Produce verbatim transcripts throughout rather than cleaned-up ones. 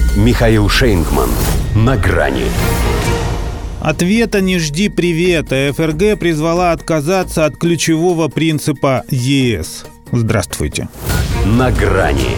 Михаил Шейнгман. На грани. Ответа не жди привета. ФРГ призвала отказаться от ключевого принципа ЕС. Здравствуйте. На грани.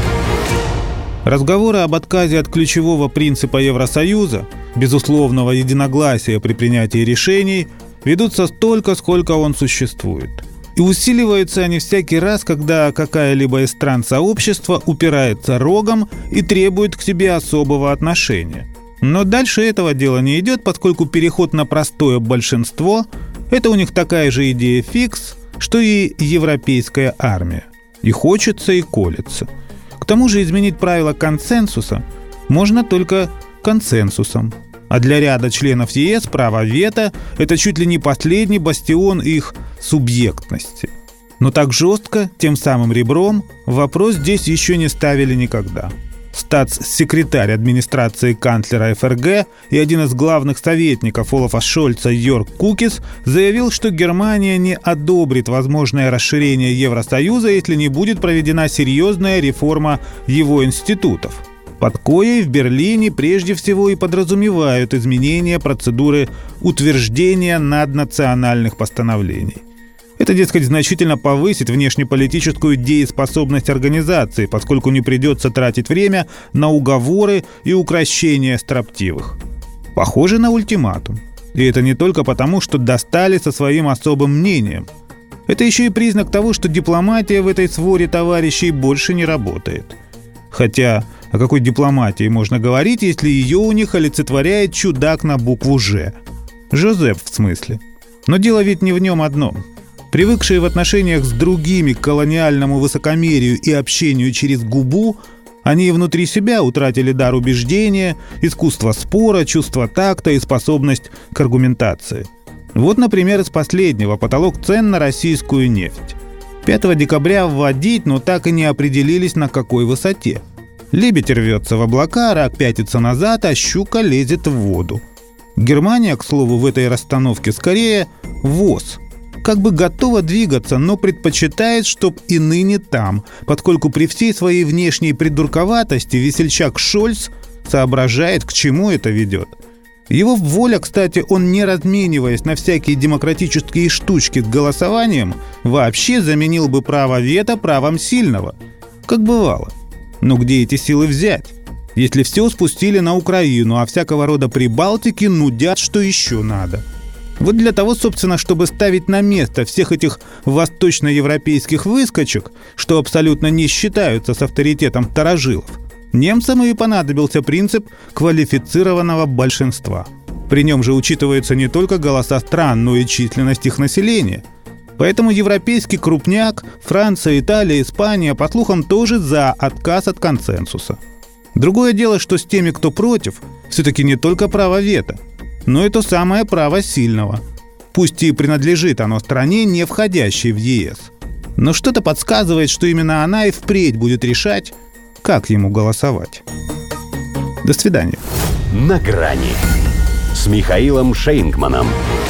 Разговоры об отказе от ключевого принципа Евросоюза, безусловного единогласия при принятии решений, ведутся столько, сколько он существует. И усиливаются они всякий раз, когда какая-либо из стран сообщества упирается рогом и требует к себе особого отношения. Но дальше этого дела не идет, поскольку переход на простое большинство – это у них такая же идея фикс, что и европейская армия. И хочется, и колется. К тому же изменить правила консенсуса можно только консенсусом. А для ряда членов ЕС право вето – это чуть ли не последний бастион их субъектности. Но так жестко, тем самым ребром, вопрос здесь еще не ставили никогда. Статс-секретарь администрации канцлера ФРГ и один из главных советников Олафа Шольца Йорк Кукис заявил, что Германия не одобрит возможное расширение Евросоюза, если не будет проведена серьезная реформа его институтов, под коей в Берлине прежде всего и подразумевают изменения процедуры утверждения наднациональных постановлений. Это, дескать, значительно повысит внешнеполитическую дееспособность организации, поскольку не придется тратить время на уговоры и укрощения строптивых. Похоже на ультиматум. И это не только потому, что достали со своим особым мнением. Это еще и признак того, что дипломатия в этой своре товарищей больше не работает. Хотя о какой дипломатии можно говорить, если ее у них олицетворяет чудак на букву «Ж»? Жозеп в смысле. Но дело ведь не в нем одном. Привыкшие в отношениях с другими к колониальному высокомерию и общению через губу, они и внутри себя утратили дар убеждения, искусство спора, чувство такта и способность к аргументации. Вот, например, из последнего – потолок цен на российскую нефть. пятого декабря вводить, но так и не определились, на какой высоте. Лебедь рвется в облака, рак пятится назад, а щука лезет в воду. Германия, к слову, в этой расстановке скорее ВОЗ. Как бы готова двигаться, но предпочитает, чтоб и ныне там, поскольку при всей своей внешней придурковатости весельчак Шольц соображает, к чему это ведет. Его воля, кстати, он, не размениваясь на всякие демократические штучки с голосованием, вообще заменил бы право вето правом сильного, как бывало. Но где эти силы взять, если все спустили на Украину, а всякого рода Прибалтики нудят, что еще надо? Вот для того, собственно, чтобы ставить на место всех этих восточноевропейских выскочек, что абсолютно не считаются с авторитетом старожилов, немцам и понадобился принцип квалифицированного большинства. При нем же учитываются не только голоса стран, но и численность их населения. Поэтому европейский крупняк, Франция, Италия, Испания, по слухам, тоже за отказ от консенсуса. Другое дело, что с теми, кто против, все-таки не только право вето, но и то самое право сильного. Пусть и принадлежит оно стране, не входящей в ЕС. Но что-то подсказывает, что именно она и впредь будет решать, как ему голосовать. До свидания. На грани с Михаилом Шейнгманом.